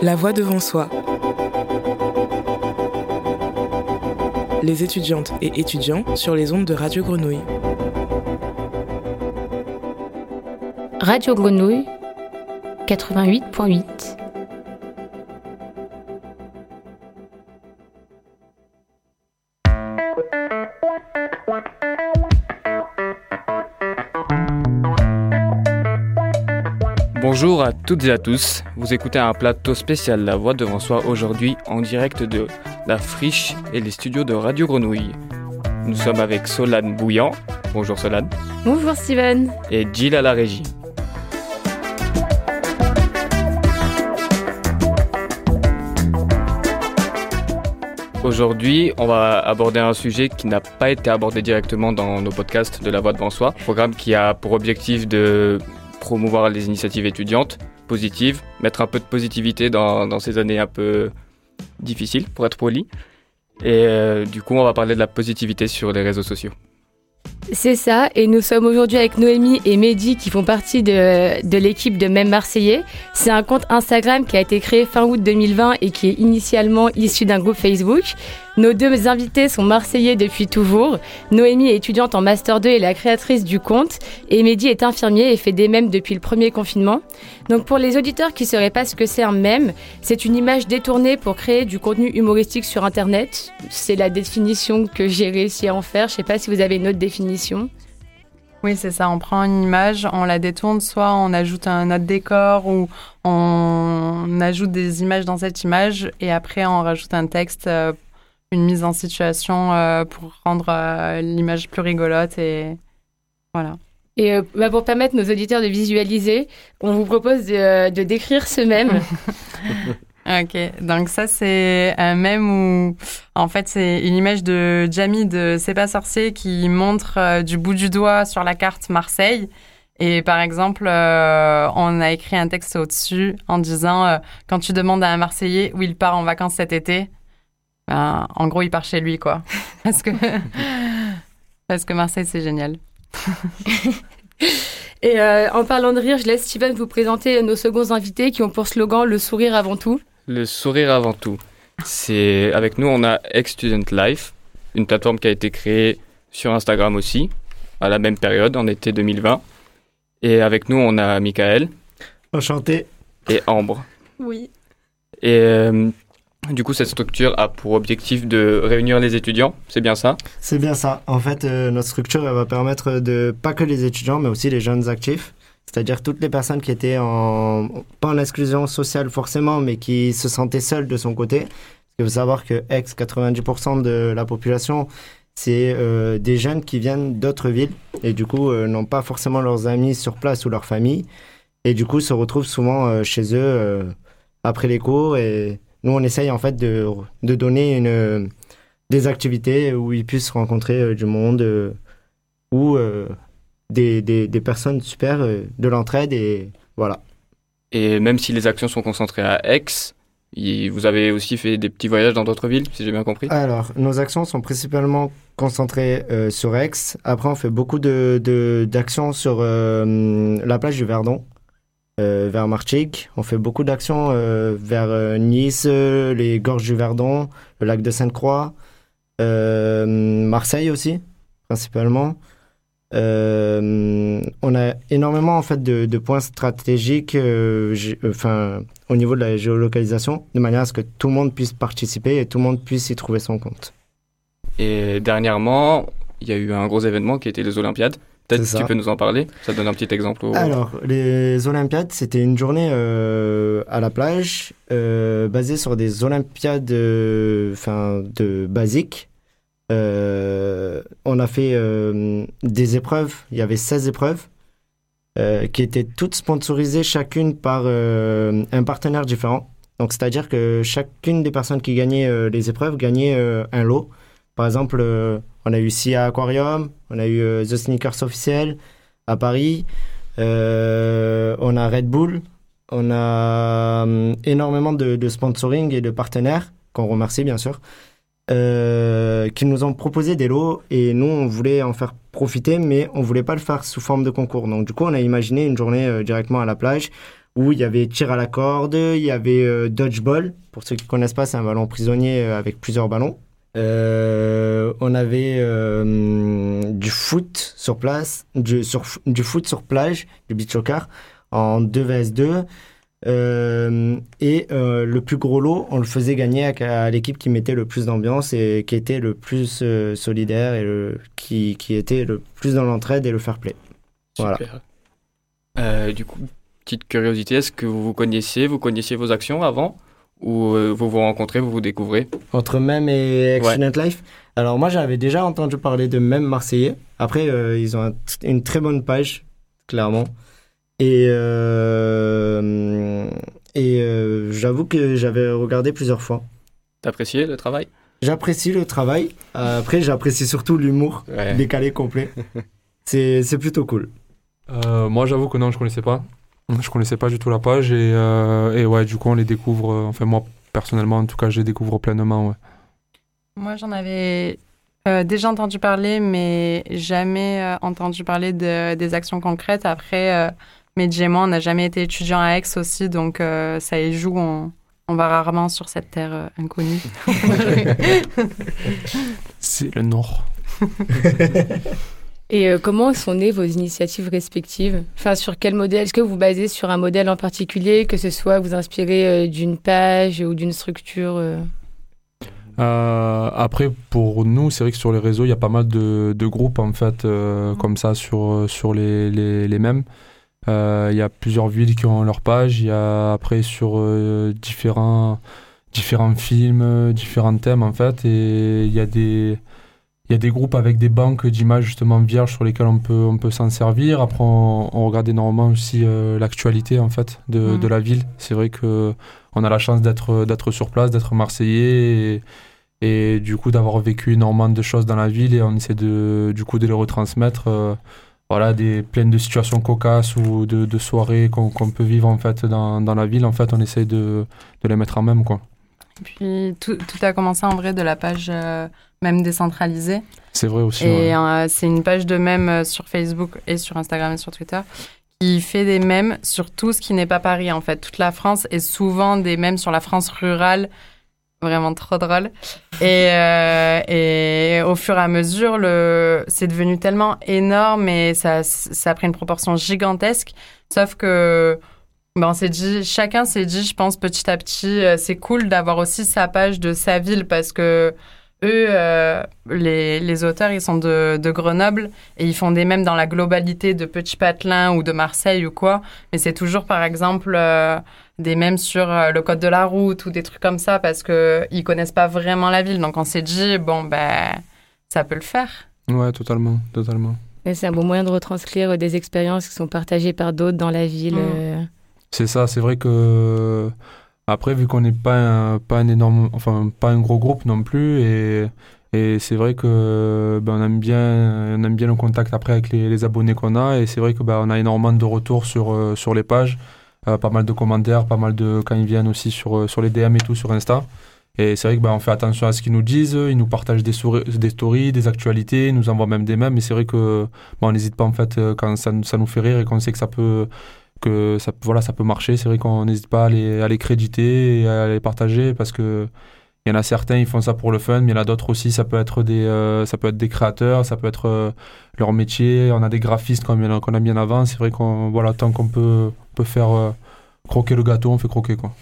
La voix devant soi. Les étudiantes et étudiants sur les ondes de Radio Grenouille. Radio Grenouille 88.8. Bonjour à toutes et à tous, vous écoutez un plateau spécial La Voix devant soi aujourd'hui en direct de la Friche et les studios de Radio Grenouille. Nous sommes avec Solane Bouillant, bonjour Solane. Bonjour Steven. Et Jill à la régie. Aujourd'hui, on va aborder un sujet qui n'a pas été abordé directement dans nos podcasts de La Voix devant soi, programme qui a pour objectif de promouvoir les initiatives étudiantes positives, mettre un peu de positivité dans ces années un peu difficiles, pour être poli. Et du coup, on va parler de la positivité sur les réseaux sociaux. C'est ça, et nous sommes aujourd'hui avec Noémie et Mehdi qui font partie de l'équipe de Même Marseillais. C'est un compte Instagram qui a été créé fin août 2020 et qui est initialement issu d'un groupe Facebook. Nos deux invités sont marseillais depuis toujours. Noémie est étudiante en Master 2 et la créatrice du compte. Et Mehdi est infirmier et fait des mèmes depuis le premier confinement. Donc pour les auditeurs qui ne sauraient pas ce que c'est un mème, c'est une image détournée pour créer du contenu humoristique sur Internet. C'est la définition que j'ai réussi à en faire. Je ne sais pas si vous avez une autre définition. Oui, c'est ça. On prend une image, on la détourne, soit on ajoute un autre décor ou on ajoute des images dans cette image et après on rajoute un texte, une mise en situation pour rendre l'image plus rigolote et voilà. Et pour permettre nos auditeurs de visualiser, on vous propose de décrire ce mème. Ok, donc ça c'est un mème où en fait c'est une image de Jamie de C'est pas sorcier qui montre du bout du doigt sur la carte Marseille et par exemple on a écrit un texte au-dessus en disant quand tu demandes à un Marseillais où il part en vacances cet été, en gros il part chez lui quoi parce que Marseille c'est génial. Et en parlant de rire, je laisse Steven vous présenter nos seconds invités qui ont pour slogan le sourire avant tout. Le sourire avant tout. Avec nous, on a Ex-Student Life, une plateforme qui a été créée sur Instagram aussi, à la même période, en été 2020. Et avec nous, on a Michael. Enchanté. Et Ambre. Oui. Et du coup, cette structure a pour objectif de réunir les étudiants, c'est bien ça ? C'est bien ça. En fait, notre structure elle va permettre de, pas que les étudiants, mais aussi les jeunes actifs, c'est-à-dire toutes les personnes qui étaient pas en exclusion sociale forcément, mais qui se sentaient seules de son côté. Il faut savoir que 90% de la population, c'est des jeunes qui viennent d'autres villes et du coup n'ont pas forcément leurs amis sur place ou leur famille et du coup se retrouvent souvent chez eux après les cours et nous, on essaye en fait de donner des activités où ils puissent rencontrer du monde ou des personnes super, de l'entraide et voilà. Et même si les actions sont concentrées à Aix, vous avez aussi fait des petits voyages dans d'autres villes, si j'ai bien compris ? Alors, nos actions sont principalement concentrées sur Aix. Après, on fait beaucoup d'actions sur la plage du Verdon. Vers Martigues, on fait beaucoup d'actions vers Nice, les gorges du Verdon, le lac de Sainte-Croix, Marseille aussi, principalement. On a énormément en fait de points stratégiques au niveau de la géolocalisation, de manière à ce que tout le monde puisse participer et tout le monde puisse y trouver son compte. Et dernièrement, il y a eu un gros événement qui était les Olympiades. Peut-être que tu peux nous en parler, ça donne un petit exemple. Alors, les Olympiades, c'était une journée à la plage, basée sur des Olympiades de basiques. On a fait des épreuves, il y avait 16 épreuves, qui étaient toutes sponsorisées chacune par un partenaire différent. Donc, c'est-à-dire que chacune des personnes qui gagnaient les épreuves gagnait un lot. Par exemple, on a eu SIA Aquarium, on a eu The Sneakers Officiel à Paris, on a Red Bull, on a énormément de sponsoring et de partenaires, qu'on remercie bien sûr, qui nous ont proposé des lots et nous on voulait en faire profiter mais on voulait pas le faire sous forme de concours. Donc du coup on a imaginé une journée directement à la plage où il y avait tir à la corde, il y avait dodgeball. Pour ceux qui ne connaissent pas, c'est un ballon prisonnier avec plusieurs ballons. On avait du foot sur place, du foot sur plage, du beach soccer en 2 vs 2. Le plus gros lot, on le faisait gagner à l'équipe qui mettait le plus d'ambiance et qui était le plus solidaire et qui était le plus dans l'entraide et le fair play. Super. Voilà. Du coup, petite curiosité, est-ce que vous connaissiez vos actions avant ou vous vous rencontrez, vous vous découvrez? Entre Mème et Ex-Student Life. Alors moi, j'avais déjà entendu parler de Mème marseillais. Après, ils ont une très bonne page, clairement. Et j'avoue que j'avais regardé plusieurs fois. T'appréciais le travail? J'apprécie le travail. Après, j'apprécie surtout l'humour décalé complet. C'est plutôt cool. Moi, j'avoue que non, je connaissais pas. Je connaissais pas du tout la page et ouais, du coup, on les découvre. Enfin, moi, personnellement, en tout cas, je les découvre pleinement. Ouais. Moi, j'en avais déjà entendu parler, mais jamais entendu parler des actions concrètes. Après, Mehdi et moi, on n'a jamais été étudiants à Aix aussi, donc ça y joue. On va rarement sur cette terre inconnue. C'est le Nord. Et comment sont nées vos initiatives respectives? Enfin, sur quel modèle? Est-ce que vous vous basez sur un modèle en particulier, que ce soit vous inspirez d'une page ou d'une structure Après, pour nous, c'est vrai que sur les réseaux, il y a pas mal de groupes en fait, comme ça sur les mêmes. Il y a plusieurs villes qui ont leur page. Il y a après sur différents films, différents thèmes en fait, et il y a des groupes avec des banques d'images justement vierges sur lesquelles on peut s'en servir. Après, on regarde énormément aussi l'actualité en fait de la ville. C'est vrai que on a la chance d'être sur place, d'être marseillais et du coup d'avoir vécu énormément de choses dans la ville et on essaie de les retransmettre. Voilà, pleines de situations cocasses ou de soirées qu'on peut vivre en fait dans la ville. En fait, on essaie de les mettre en même quoi. Et puis tout a commencé en vrai de la page Mème décentralisée. C'est vrai aussi. Et c'est une page de mèmes sur Facebook et sur Instagram et sur Twitter qui fait des mèmes sur tout ce qui n'est pas Paris en fait, toute la France et souvent des mèmes sur la France rurale. Vraiment trop drôle. Et au fur et à mesure, c'est devenu tellement énorme et ça a pris une proportion gigantesque. Sauf que chacun s'est dit, je pense, petit à petit, c'est cool d'avoir aussi sa page de sa ville parce que eux, les auteurs, ils sont de Grenoble et ils font des mèmes dans la globalité de Petit Patelin ou de Marseille ou quoi. Mais c'est toujours, par exemple, des mèmes sur le code de la route ou des trucs comme ça parce qu'ils connaissent pas vraiment la ville. Donc on s'est dit, ça peut le faire. Ouais, totalement. Et c'est un bon moyen de retranscrire des expériences qui sont partagées par d'autres dans la ville. C'est ça, c'est vrai que... Après, vu qu'on n'est pas un gros groupe non plus, et c'est vrai que on aime bien le contact après avec les abonnés qu'on a, et c'est vrai que on a énormément de retours sur les pages, pas mal de commentaires, pas mal de quand ils viennent aussi sur les DM et tout sur Insta. Et c'est vrai que on fait attention à ce qu'ils nous disent, ils nous partagent des stories, des actualités, ils nous envoient même des mèmes, et c'est vrai que on n'hésite pas en fait quand ça nous fait rire et qu'on sait que ça peut marcher. C'est vrai qu'on n'hésite pas à les créditer et à les partager parce que il y en a certains, ils font ça pour le fun, mais il y en a d'autres aussi, ça peut être des créateurs, ça peut être leur métier. On a des graphistes qu'on a mis en avant. C'est vrai tant qu'on peut faire croquer le gâteau, on fait croquer quoi.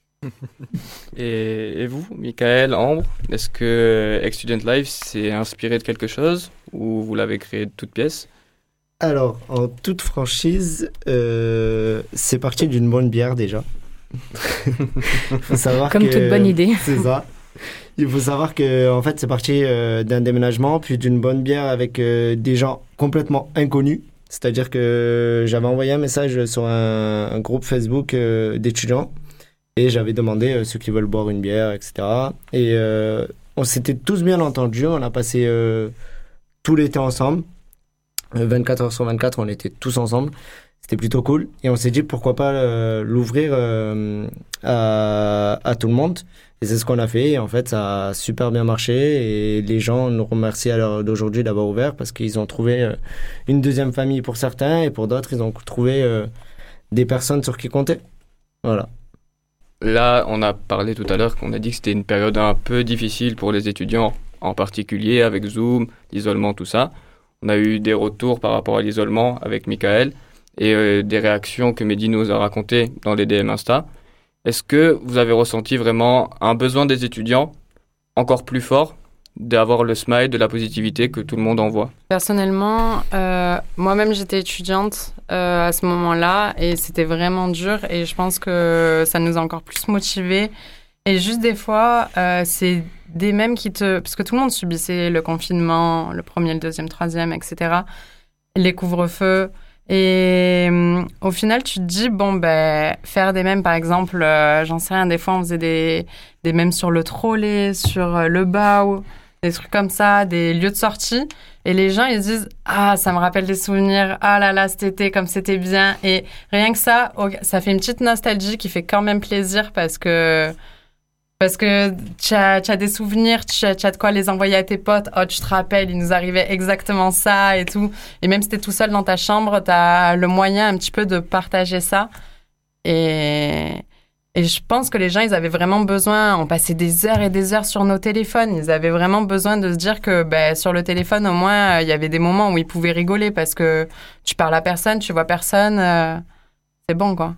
Et vous, Michael, Ambre, est-ce que Ex-Student Life s'est inspiré de quelque chose ou vous l'avez créé de toutes pièces? Alors, en toute franchise, c'est parti d'une bonne bière déjà. Faut savoir Comme toute bonne idée. C'est ça. Il faut savoir que en fait, c'est parti d'un déménagement, puis d'une bonne bière avec des gens complètement inconnus. C'est-à-dire que j'avais envoyé un message sur un groupe Facebook d'étudiants et j'avais demandé ceux qui veulent boire une bière, etc. Et on s'était tous bien entendus. On a passé tout l'été ensemble. 24 heures sur 24, on était tous ensemble. C'était plutôt cool. Et on s'est dit pourquoi pas l'ouvrir à tout le monde. Et c'est ce qu'on a fait. Et en fait, ça a super bien marché. Et les gens nous remercient à l'heure d'aujourd'hui d'avoir ouvert parce qu'ils ont trouvé une deuxième famille pour certains. Et pour d'autres, ils ont trouvé des personnes sur qui compter. Voilà. Là, on a parlé tout à l'heure qu'on a dit que c'était une période un peu difficile pour les étudiants, en particulier avec Zoom, l'isolement, tout ça. On a eu des retours par rapport à l'isolement avec Michael et des réactions que Mehdi nous a racontées dans les DM Insta. Est-ce que vous avez ressenti vraiment un besoin des étudiants encore plus fort d'avoir le smile, de la positivité que tout le monde envoie? Personnellement, moi-même j'étais étudiante à ce moment-là et c'était vraiment dur et je pense que ça nous a encore plus motivés. Et juste des fois, c'est des mèmes parce que tout le monde subissait le confinement, le premier, le deuxième, troisième, etc. Les couvre-feux. Et au final, tu te dis, faire des mèmes, par exemple, j'en sais rien, des fois on faisait des mèmes sur le trolley, sur le BAO, des trucs comme ça, des lieux de sortie. Et les gens, ils se disent, ah, ça me rappelle des souvenirs, ah là là, cet été, comme c'était bien. Et rien que ça, ça fait une petite nostalgie qui fait quand même plaisir parce que tu as des souvenirs, tu as de quoi les envoyer à tes potes. Oh, tu te rappelles, il nous arrivait exactement ça et tout. Et même si tu es tout seul dans ta chambre, tu as le moyen un petit peu de partager ça. Et je pense que les gens, ils avaient vraiment besoin, on passait des heures et des heures sur nos téléphones. Ils avaient vraiment besoin de se dire que sur le téléphone, au moins, il y avait des moments où ils pouvaient rigoler parce que tu parles à personne, tu vois personne. C'est bon, quoi.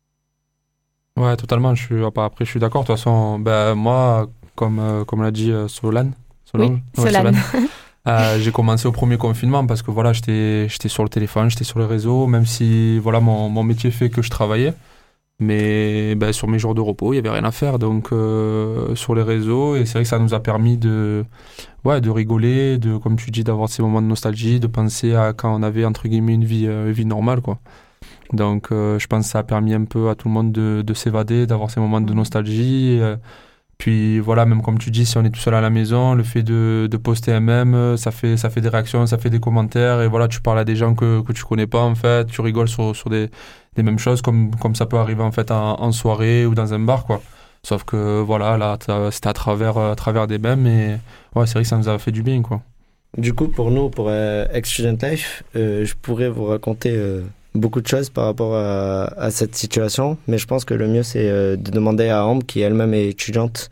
Ouais, totalement. Après, je suis d'accord. De toute façon, moi, comme l'a dit Solange. Oui, Solange. J'ai commencé au premier confinement parce que voilà, j'étais sur le téléphone, j'étais sur les réseaux, même si voilà, mon métier fait que je travaillais. Mais sur mes jours de repos, il n'y avait rien à faire. Donc, sur les réseaux, et c'est vrai que ça nous a permis de rigoler, comme tu dis, d'avoir ces moments de nostalgie, de penser à quand on avait, entre guillemets, une vie normale, quoi. Donc, je pense que ça a permis un peu à tout le monde de s'évader, d'avoir ces moments de nostalgie. Puis voilà, même comme tu dis, si on est tout seul à la maison, le fait de poster un mème, ça fait des réactions, ça fait des commentaires. Et voilà, tu parles à des gens que tu connais pas, en fait. Tu rigoles sur des mêmes choses, comme ça peut arriver en fait en soirée ou dans un bar, quoi. Sauf que voilà, là, c'était à travers des mèmes. Et ouais, c'est vrai que ça nous a fait du bien, quoi. Du coup, pour nous, pour Ex-Student Life, je pourrais vous raconter beaucoup de choses par rapport à cette situation, mais je pense que le mieux, c'est de demander à Ambre, qui elle-même est étudiante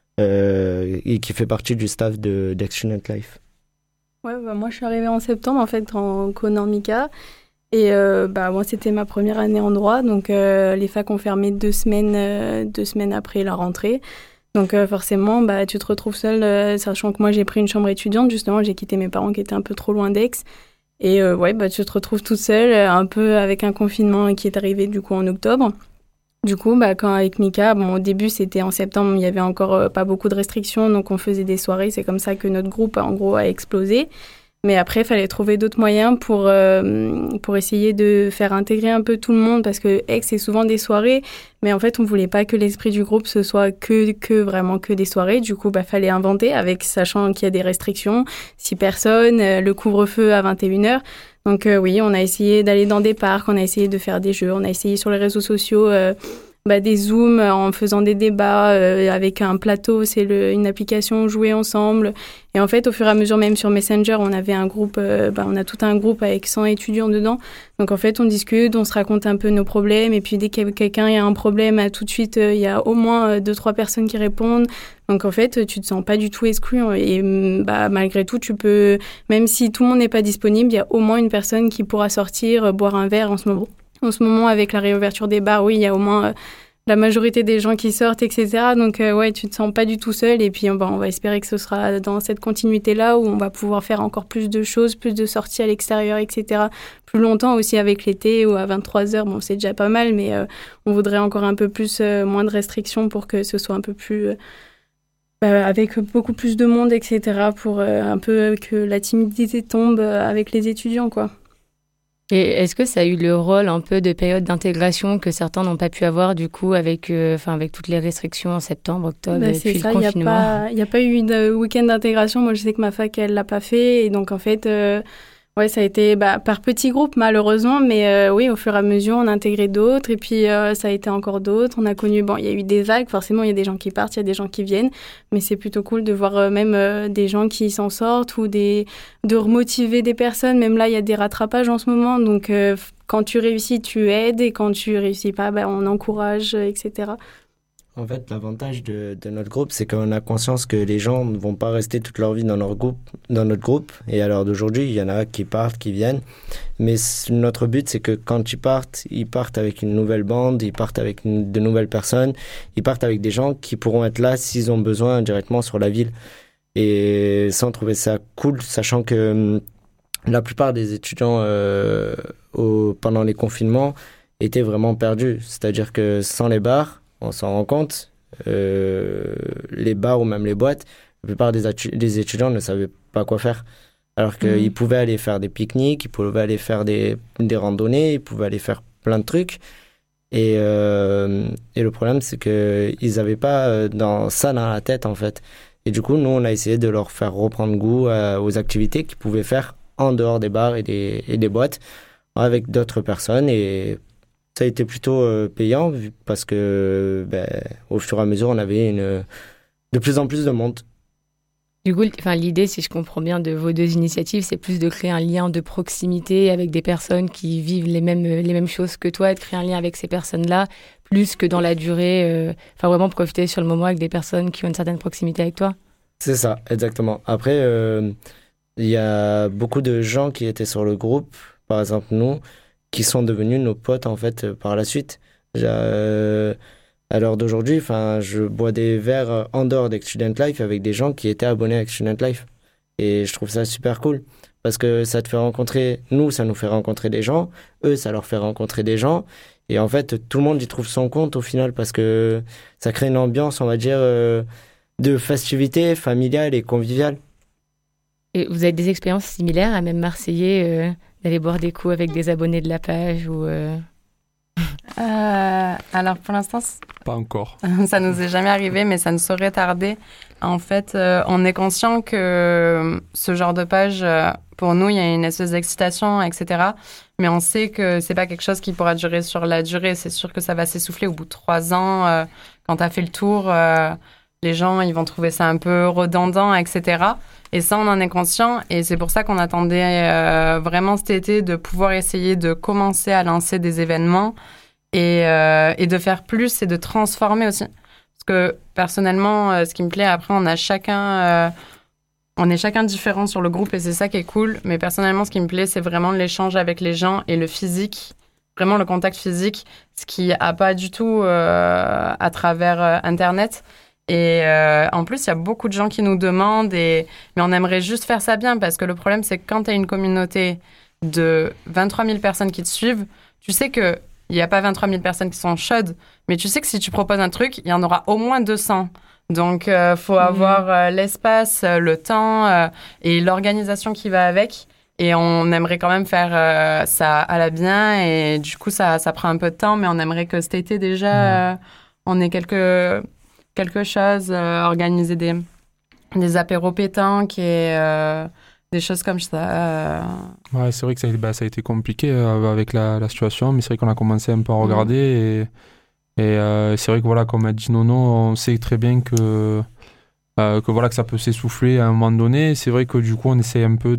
et qui fait partie du staff d'Ex-Student Life. Ouais, moi, je suis arrivée en septembre, en fait, en co-normica. Et moi, c'était ma première année en droit, donc les facs ont fermé 2 semaines après la rentrée. Donc forcément, tu te retrouves seule, sachant que moi, j'ai pris une chambre étudiante. Justement, j'ai quitté mes parents qui étaient un peu trop loin d'Aix. Et tu te retrouves toute seule, un peu avec un confinement qui est arrivé du coup en octobre. Du coup, quand avec Mika, au début, c'était en septembre, il y avait encore pas beaucoup de restrictions, donc on faisait des soirées. C'est comme ça que notre groupe, en gros, a explosé. Mais après, il fallait trouver d'autres moyens pour essayer de faire intégrer un peu tout le monde, parce que Aix, c'est souvent des soirées, mais en fait, on voulait pas que l'esprit du groupe, ce soit vraiment que des soirées. Du coup, fallait inventer, sachant qu'il y a des restrictions, 6 personnes, le couvre-feu à 21h. Donc oui, on a essayé d'aller dans des parcs, on a essayé de faire des jeux, on a essayé sur les réseaux sociaux des Zooms en faisant des débats avec un plateau, c'est une application jouer ensemble. Et en fait, au fur et à mesure, même sur Messenger, on avait un groupe, on a tout un groupe avec 100 étudiants dedans. Donc en fait, on discute, on se raconte un peu nos problèmes. Et puis dès que quelqu'un a un problème, tout de suite, il y a au moins 2-3 personnes qui répondent. Donc en fait, tu te sens pas du tout exclu. Et malgré tout, tu peux, même si tout le monde n'est pas disponible, il y a au moins une personne qui pourra sortir, boire un verre en ce moment. En ce moment, avec la réouverture des bars, oui, il y a au moins la majorité des gens qui sortent, etc. Donc, tu te sens pas du tout seul. Et puis, on va espérer que ce sera dans cette continuité-là où on va pouvoir faire encore plus de choses, plus de sorties à l'extérieur, etc. Plus longtemps aussi avec l'été ou à 23h. Bon, c'est déjà pas mal, mais on voudrait encore un peu plus, moins de restrictions pour que ce soit un peu plus... avec beaucoup plus de monde, etc. Pour un peu que la timidité tombe avec les étudiants, quoi. Et est-ce que ça a eu le rôle un peu de période d'intégration que certains n'ont pas pu avoir du coup avec toutes les restrictions en septembre, octobre et puis le confinement? Il n'y a pas eu de week-end d'intégration. Moi, je sais que ma fac, elle l'a pas fait. Et donc, en fait, Ouais, ça a été par petits groupes malheureusement, mais oui, au fur et à mesure, on a intégré d'autres et puis ça a été encore d'autres. On a connu, il y a eu des vagues, forcément, il y a des gens qui partent, il y a des gens qui viennent, mais c'est plutôt cool de voir même des gens qui s'en sortent ou de remotiver des personnes. Même là, il y a des rattrapages en ce moment, donc quand tu réussis, tu aides et quand tu réussis pas, on encourage, etc. En fait, l'avantage de notre groupe, c'est qu'on a conscience que les gens ne vont pas rester toute leur vie dans notre groupe. Et à l'heure d'aujourd'hui, il y en a qui partent, qui viennent. Mais notre but, c'est que quand ils partent avec une nouvelle bande, ils partent avec de nouvelles personnes, ils partent avec des gens qui pourront être là s'ils ont besoin directement sur la ville. Et ça, on trouvait ça cool, sachant que la plupart des étudiants pendant les confinements étaient vraiment perdus. C'est-à-dire que sans les bars, on s'en rend compte, les bars ou même les boîtes, la plupart des étudiants ne savaient pas quoi faire. Alors qu'ils pouvaient aller faire des pique-niques, ils pouvaient aller faire des randonnées, ils pouvaient aller faire plein de trucs. Et le problème, c'est qu'ils n'avaient pas ça dans la tête, en fait. Et du coup, nous, on a essayé de leur faire reprendre goût aux activités qu'ils pouvaient faire en dehors des bars et des boîtes avec d'autres personnes. Et ça a été plutôt payant parce que au fur et à mesure, on avait de plus en plus de monde. Du coup, l'idée, si je comprends bien, de vos deux initiatives, c'est plus de créer un lien de proximité avec des personnes qui vivent les mêmes choses que toi, et de créer un lien avec ces personnes-là, plus que dans la durée, vraiment profiter sur le moment avec des personnes qui ont une certaine proximité avec toi. C'est ça, exactement. Après, il y a beaucoup de gens qui étaient sur le groupe, par exemple nous, qui sont devenus nos potes en fait par la suite. À l'heure d'aujourd'hui, je bois des verres en dehors d'Student Life avec des gens qui étaient abonnés à Student Life. Et je trouve ça super cool parce que ça te fait rencontrer, ça nous fait rencontrer des gens, eux, ça leur fait rencontrer des gens. Et en fait, tout le monde y trouve son compte au final parce que ça crée une ambiance, on va dire, de festivité familiale et conviviale. Et vous avez des expériences similaires à même Marseillais d'aller boire des coups avec des abonnés de la page ou Alors pour l'instant, pas encore. Ça nous est jamais arrivé, mais ça ne saurait tarder. En fait, on est conscient que ce genre de page, pour nous, il y a une espèce d'excitation, etc. Mais on sait que c'est pas quelque chose qui pourra durer sur la durée. C'est sûr que ça va s'essouffler au bout de 3 ans. Quand tu as fait le tour, les gens, ils vont trouver ça un peu redondant, etc. Et ça, on en est conscient. Et c'est pour ça qu'on attendait vraiment cet été de pouvoir essayer de commencer à lancer des événements et de faire plus et de transformer aussi. Parce que personnellement, ce qui me plaît, après, on est chacun différent sur le groupe et c'est ça qui est cool. Mais personnellement, ce qui me plaît, c'est vraiment l'échange avec les gens et le physique. Vraiment le contact physique, ce qui n'a pas du tout à travers Internet. Et en plus, il y a beaucoup de gens qui nous demandent, mais on aimerait juste faire ça bien parce que le problème, c'est que quand tu as une communauté de 23 000 personnes qui te suivent, tu sais qu'il n'y a pas 23 000 personnes qui sont chaudes, mais tu sais que si tu proposes un truc, il y en aura au moins 200. Donc, il faut avoir l'espace, le temps et l'organisation qui va avec. Et on aimerait quand même faire ça à la bien. Et du coup, ça prend un peu de temps, mais on aimerait que cet été déjà, on ait quelque chose, organiser des apéros pétanques et des choses comme ça. Ouais, c'est vrai que ça a été compliqué avec la situation, mais c'est vrai qu'on a commencé un peu à regarder et c'est vrai que voilà, comme a dit Nono, on sait très bien que ça peut s'essouffler à un moment donné. C'est vrai que du coup, on essaie un peu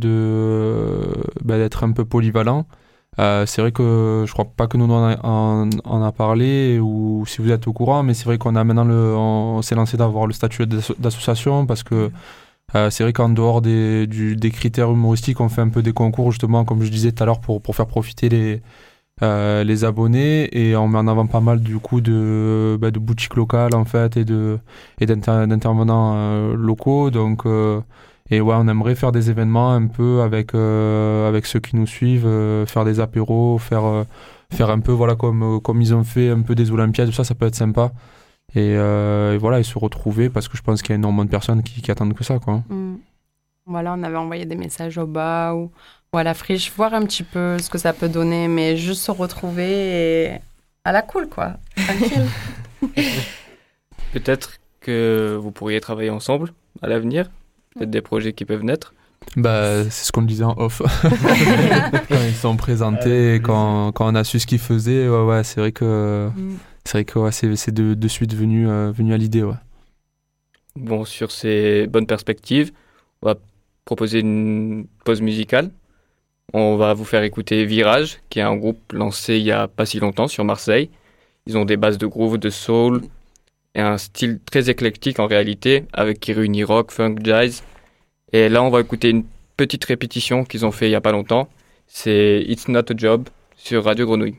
d'être un peu polyvalent. C'est vrai que je crois pas que Nono en a parlé ou si vous êtes au courant, mais c'est vrai qu'on a maintenant on s'est lancé d'avoir le statut d'association parce que c'est vrai qu'en dehors des critères humoristiques, on fait un peu des concours justement, comme je disais tout à l'heure, pour faire profiter les abonnés et on met en avant pas mal du coup de boutiques locales en fait et d'intervenants locaux donc et ouais, on aimerait faire des événements un peu avec ceux qui nous suivent, faire des apéros, faire un peu voilà comme ils ont fait un peu des Olympiades, tout ça peut être sympa. Et voilà, et se retrouver parce que je pense qu'il y a énormément de personnes qui attendent que ça quoi. Voilà, on avait envoyé des messages au bas ou à la friche, voir un petit peu ce que ça peut donner, mais juste se retrouver et à la cool quoi, tranquille. Peut-être que vous pourriez travailler ensemble à l'avenir. Peut-être des projets qui peuvent naître. C'est ce qu'on disait en off. Quand ils sont présentés, quand on a su ce qu'ils faisaient, c'est vrai que c'est de suite venu à l'idée. Ouais. Bon, sur ces bonnes perspectives, on va proposer une pause musicale. On va vous faire écouter Virage, qui est un groupe lancé il n'y a pas si longtemps sur Marseille. Ils ont des bases de groove, de soul et un style très éclectique en réalité, avec qui réunit rock, funk, jazz. Et là, on va écouter une petite répétition qu'ils ont fait il n'y a pas longtemps. C'est It's Not a Job sur Radio Grenouille.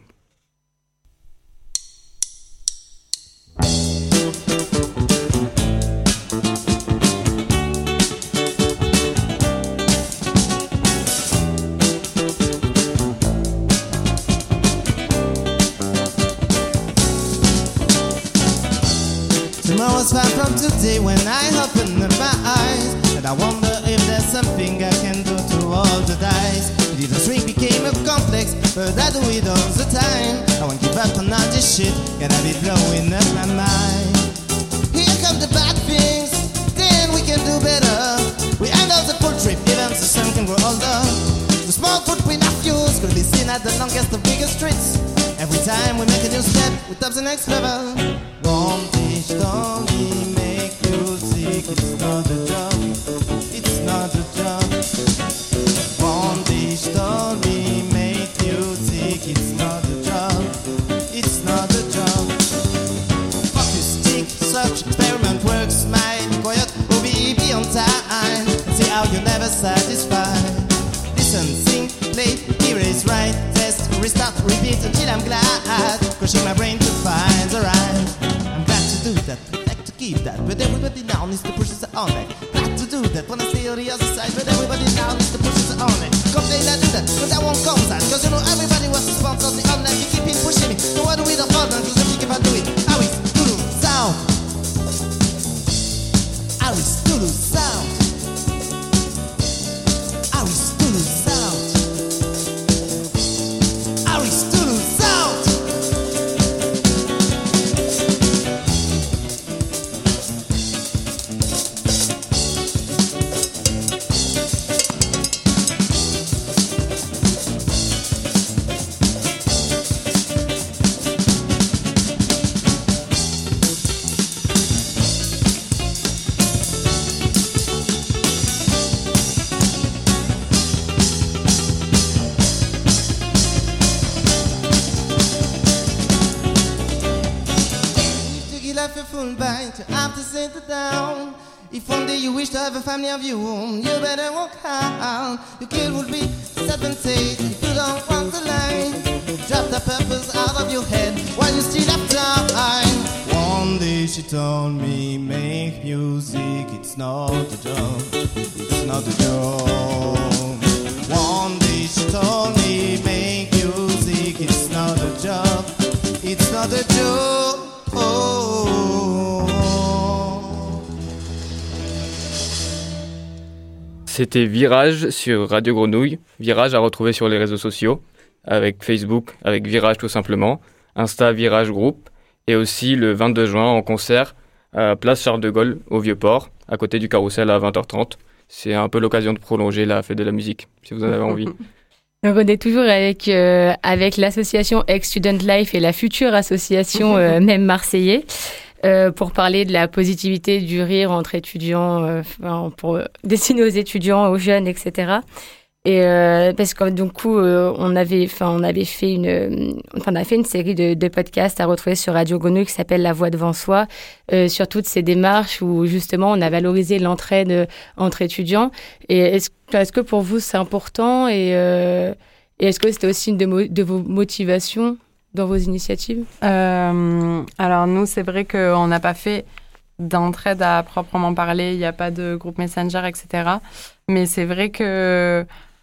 Tomorrow's far from today when I open up my eyes, and I wonder if there's something I can do to roll the dice. Little string became a complex, but I do it all the time. I won't give up on all this shit, and I be blowing up my mind. Here come the bad things, then we can do better. We end up the full trip, even the sun can grow older. The small footprint of fuse could be seen at the longest of biggest streets. Every time we make a new step, we top the next level. Won't each only make music, it's not a job, it's not a job. Won't each only make music, it's not a job, it's not a job. Focus, stick, search, experiment works, mind, quiet, will be on time. See how you're never satisfied. Listen, sing, play, here is right, test, restart, repeat until I'm glad. Pushing my brain to find the right. I'm glad to do that, like to keep that, but everybody now needs to push it on it. Glad to do that when I stay on the other side, but everybody now needs to push it on it. Complain I do that, but that won't come that, cause you know everybody wants to sponsor the online. You keep in pushing me, so why do we don't bother? Cause if you keep on doing it, how is Tulu sound? How is Tulu sound? How is Tulu sound? How is Tulu sound? Down. If one day you wish to have a family of your own, you better walk out. Your kid will be 70 if you don't want the line. Drop the purpose out of your head while you still have time. One day she told me, make music, it's not a job, it's not a job. One day she told me, make music, it's not a job, it's not a job. C'était Virage sur Radio Grenouille. Virage à retrouver sur les réseaux sociaux, avec Facebook, avec Virage tout simplement, Insta Virage Group, et aussi le 22 juin en concert à Place Charles de Gaulle au Vieux-Port, à côté du Carrousel à 20h30. C'est un peu l'occasion de prolonger la fête de la musique, si vous en avez envie. Donc on est toujours avec l'association Ex-Student Life et la future association même Marseillais. Pour parler de la positivité du rire entre étudiants, pour destiner aux étudiants, aux jeunes, etc. Et parce que du coup, on a fait une série de podcasts à retrouver sur Radio Grenouille qui s'appelle La Voix devant soi, sur toutes ces démarches où justement on a valorisé l'entraide entre étudiants. Et est-ce que pour vous c'est important et est-ce que c'était aussi une de vos motivations dans vos initiatives? Alors nous, c'est vrai qu'on n'a pas fait d'entraide à proprement parler, il n'y a pas de groupe Messenger, etc. Mais c'est vrai que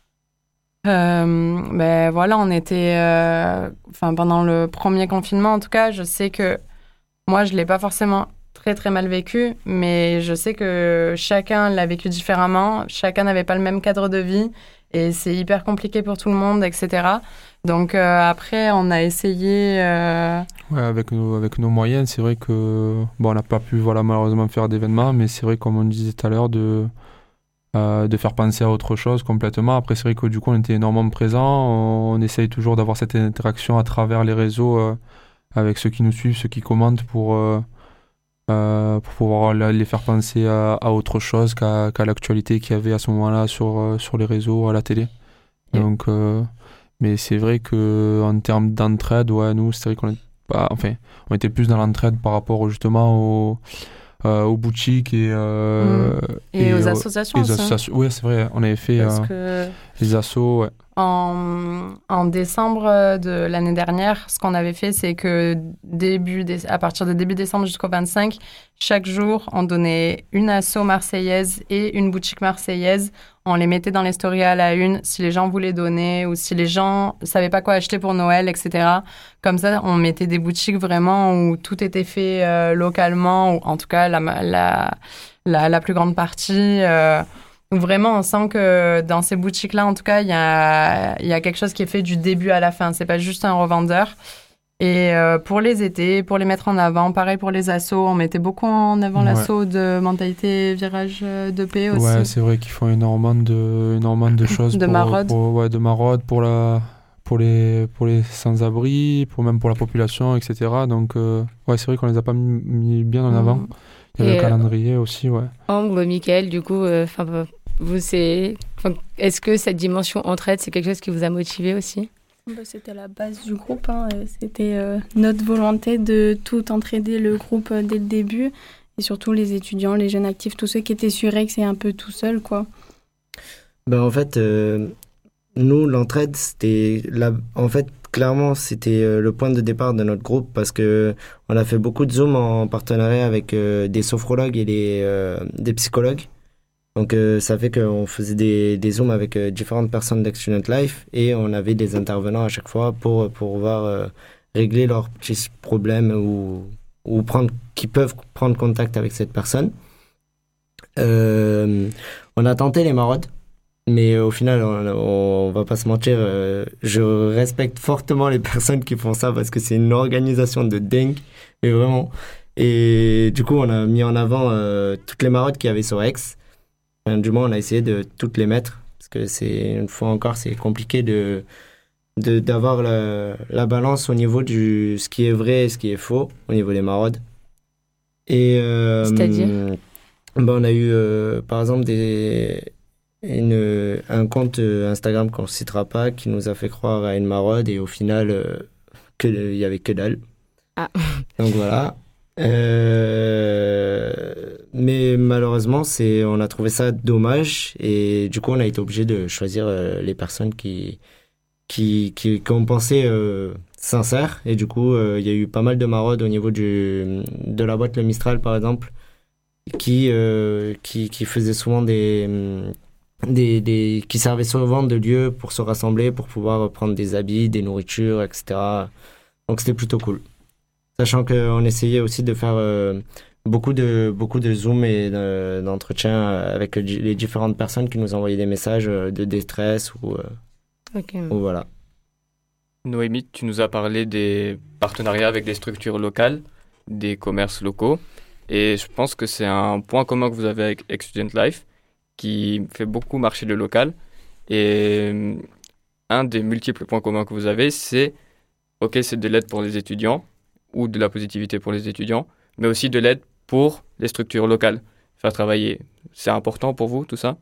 on était pendant le premier confinement en tout cas, je sais que moi je ne l'ai pas forcément très très mal vécu, mais je sais que chacun l'a vécu différemment, chacun n'avait pas le même cadre de vie et c'est hyper compliqué pour tout le monde, etc. Donc après, on a essayé... Ouais, avec nos moyens, c'est vrai que on n'a pas pu malheureusement faire d'événements, mais c'est vrai, comme on disait tout à l'heure, de faire penser à autre chose complètement. Après, c'est vrai que du coup, on était énormément présents. On essaye toujours d'avoir cette interaction à travers les réseaux avec ceux qui nous suivent, ceux qui commentent pour pouvoir les faire penser à autre chose qu'à l'actualité qu'il y avait à ce moment-là sur les réseaux, à la télé. Donc, mais c'est vrai qu'en termes d'entraide, nous, c'est vrai on était plus dans l'entraide par rapport justement aux boutiques et aux associations aussi. Oui, c'est vrai, on avait fait les assos. Ouais. En décembre de l'année dernière, ce qu'on avait fait, c'est que à partir de début décembre jusqu'au 25, chaque jour, on donnait une asso marseillaise et une boutique marseillaise. On les mettait dans les stories à la une si les gens voulaient donner ou si les gens ne savaient pas quoi acheter pour Noël, etc. Comme ça, on mettait des boutiques vraiment où tout était fait localement, ou en tout cas la plus grande partie. Où vraiment, on sent que dans ces boutiques-là, en tout cas, il y a quelque chose qui est fait du début à la fin. C'est pas juste un revendeur. Et pour les étés, pour les mettre en avant, pareil pour les assos, on mettait beaucoup en avant l'assaut de mentalité virage de paix aussi. Ouais, c'est vrai qu'ils font énormément de choses. De maraude. De maraude pour les sans-abri, même pour la population, etc. Donc, c'est vrai qu'on les a pas mis bien en avant. Il y a le calendrier aussi, ouais. Ambre, Mickaël, du coup, est-ce que cette dimension entraide, c'est quelque chose qui vous a motivé aussi ? C'était la base du groupe. C'était notre volonté de tout entraider le groupe dès le début. Et surtout les étudiants, les jeunes actifs, tous ceux qui étaient sur Aix et un peu tout seuls, quoi. En fait, nous, l'entraide, c'était... clairement, c'était le point de départ de notre groupe parce que on a fait beaucoup de Zooms en partenariat avec des sophrologues et des psychologues. Donc, ça fait qu'on faisait des Zooms avec différentes personnes d'Ex-Student Life et on avait des intervenants à chaque fois pour pouvoir régler leurs petits problèmes ou qui peuvent prendre contact avec cette personne. On a tenté les maraudes. Mais au final, on va pas se mentir, je respecte fortement les personnes qui font ça parce que c'est une organisation de dingue, mais vraiment. Et du coup, on a mis en avant toutes les maraudes qu'il y avait sur Aix. Du moins, on a essayé de toutes les mettre parce que une fois encore, c'est compliqué d'avoir la balance au niveau de ce qui est vrai et ce qui est faux au niveau des maraudes. Et c'est-à-dire on a eu par exemple un compte Instagram qu'on ne citera pas qui nous a fait croire à une maraude et au final il n'y avait que dalle. Donc voilà. Mais malheureusement on a trouvé ça dommage et du coup on a été obligé de choisir les personnes qui ont pensé sincères et du coup il y a eu pas mal de maraudes au niveau de la boîte Le Mistral par exemple qui faisait souvent qui servaient souvent de lieu pour se rassembler, pour pouvoir prendre des habits, des nourritures, etc. Donc c'était plutôt cool. Sachant qu'on essayait aussi de faire beaucoup de Zoom et d'entretien avec les différentes personnes qui nous envoyaient des messages de détresse ou voilà. Noémie, tu nous as parlé des partenariats avec des structures locales, des commerces locaux, et je pense que c'est un point commun que vous avez avec Ex-Student Life, qui fait beaucoup marcher le local. Et un des multiples points communs que vous avez, c'est de l'aide pour les étudiants ou de la positivité pour les étudiants, mais aussi de l'aide pour les structures locales, faire travailler. C'est important pour vous, tout ça ?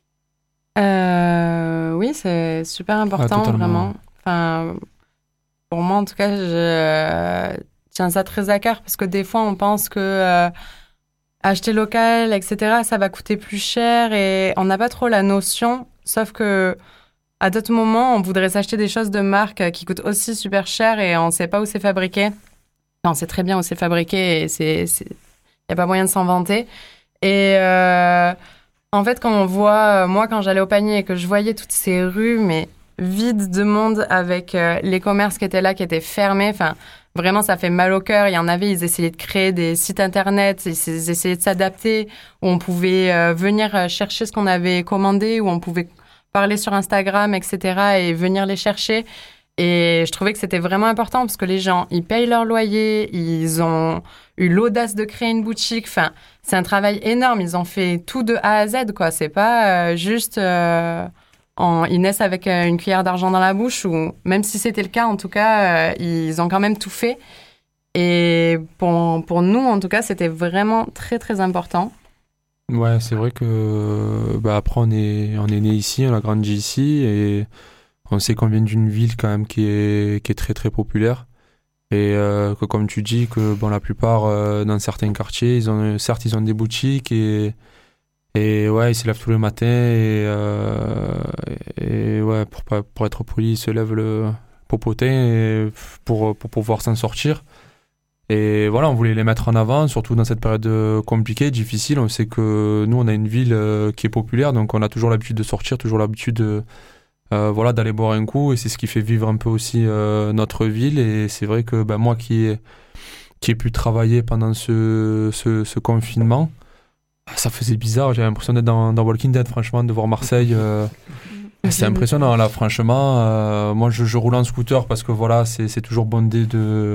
Oui, c'est super important, vraiment. Enfin, pour moi, en tout cas, je tiens ça très à cœur parce que des fois, on pense que acheter local, etc., ça va coûter plus cher et on n'a pas trop la notion, sauf que à d'autres moments, on voudrait s'acheter des choses de marque qui coûtent aussi super cher et on ne sait pas où c'est fabriqué. Enfin, on sait très bien où c'est fabriqué et il n'y a pas moyen de s'en vanter. Et en fait, quand on voit, moi, quand j'allais au panier et que je voyais toutes ces rues, mais vides de monde avec les commerces qui étaient là, qui étaient fermés, enfin, vraiment, ça fait mal au cœur. Il y en avait, ils essayaient de créer des sites internet, ils essayaient de s'adapter, où on pouvait venir chercher ce qu'on avait commandé, où on pouvait parler sur Instagram, etc., et venir les chercher. Et je trouvais que c'était vraiment important parce que les gens, ils payent leur loyer, ils ont eu l'audace de créer une boutique. Enfin, c'est un travail énorme. Ils ont fait tout de A à Z, quoi. C'est pas juste ils naissent avec une cuillère d'argent dans la bouche, ou même si c'était le cas, en tout cas, ils ont quand même tout fait. Et pour nous, en tout cas, c'était vraiment très, très important. Ouais, c'est vrai que après on est né ici, on a grandi ici et on sait qu'on vient d'une ville quand même qui est très très populaire et que comme tu dis que la plupart dans certains quartiers ils ont des boutiques et ouais ils se lèvent tous les matins et ouais pour être poli ils se lèvent le popotin pour pouvoir s'en sortir. Et voilà, on voulait les mettre en avant, surtout dans cette période compliquée, difficile. On sait que nous, on a une ville qui est populaire, donc on a toujours l'habitude de sortir, toujours l'habitude d'aller boire un coup. Et c'est ce qui fait vivre un peu aussi notre ville. Et c'est vrai que moi qui ai pu travailler pendant ce confinement, ça faisait bizarre. J'avais l'impression d'être dans Walking Dead, franchement, de voir Marseille. C'est impressionnant, là, franchement. Moi, je roule en scooter parce que voilà, c'est toujours bondé de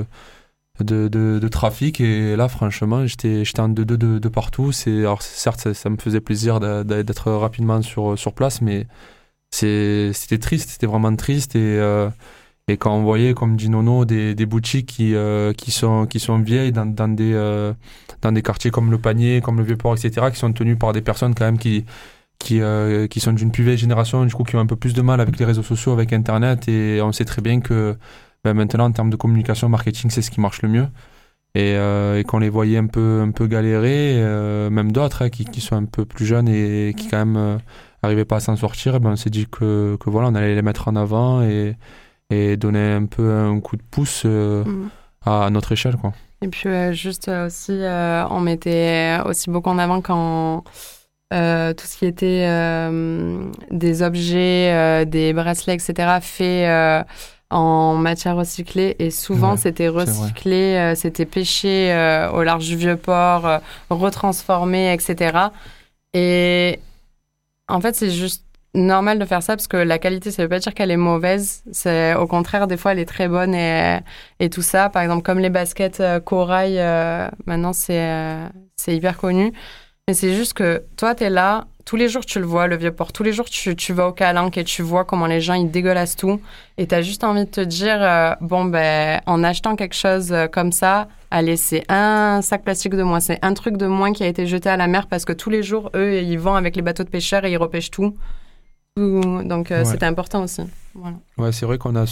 trafic et là franchement j'étais en 2-2 de partout. Alors certes ça me faisait plaisir d'être rapidement sur place, mais c'était triste, c'était vraiment triste et quand on voyait, comme dit Nono, des boutiques qui sont vieilles dans des quartiers comme le Panier, comme le Vieux-Port, etc., qui sont tenues par des personnes quand même qui sont d'une plus vieille génération, du coup qui ont un peu plus de mal avec les réseaux sociaux, avec Internet, et on sait très bien que maintenant en termes de communication, marketing, c'est ce qui marche le mieux et qu'on les voyait un peu galérer, même d'autres qui sont un peu plus jeunes et qui quand même n'arrivaient pas à s'en sortir, on s'est dit que voilà, on allait les mettre en avant et donner un peu un coup de pouce à notre échelle, quoi. Et puis juste aussi on mettait aussi beaucoup en avant quand tout ce qui était des objets, des bracelets, etc., fait en matière recyclée, et souvent c'était recyclé, c'était pêché au large du Vieux-Port, retransformé, etc. Et en fait c'est juste normal de faire ça parce que la qualité, ça veut pas dire qu'elle est mauvaise, c'est au contraire, des fois elle est très bonne et tout ça. Par exemple comme les baskets corail, maintenant c'est hyper connu, mais c'est juste que toi t'es là tous les jours, tu le vois, le Vieux-Port. Tous les jours, tu vas au Calanque et tu vois comment les gens, ils dégueulassent tout. Et t'as juste envie de te dire, en achetant quelque chose comme ça, allez, c'est un sac plastique de moins. C'est un truc de moins qui a été jeté à la mer parce que tous les jours, eux, ils vont avec les bateaux de pêcheurs et ils repêchent tout. Donc, c'était important aussi. Voilà. Ouais, c'est vrai qu'on a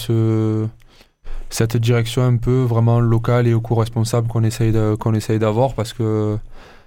cette direction un peu vraiment locale et éco-responsable qu'on essaye d'avoir parce que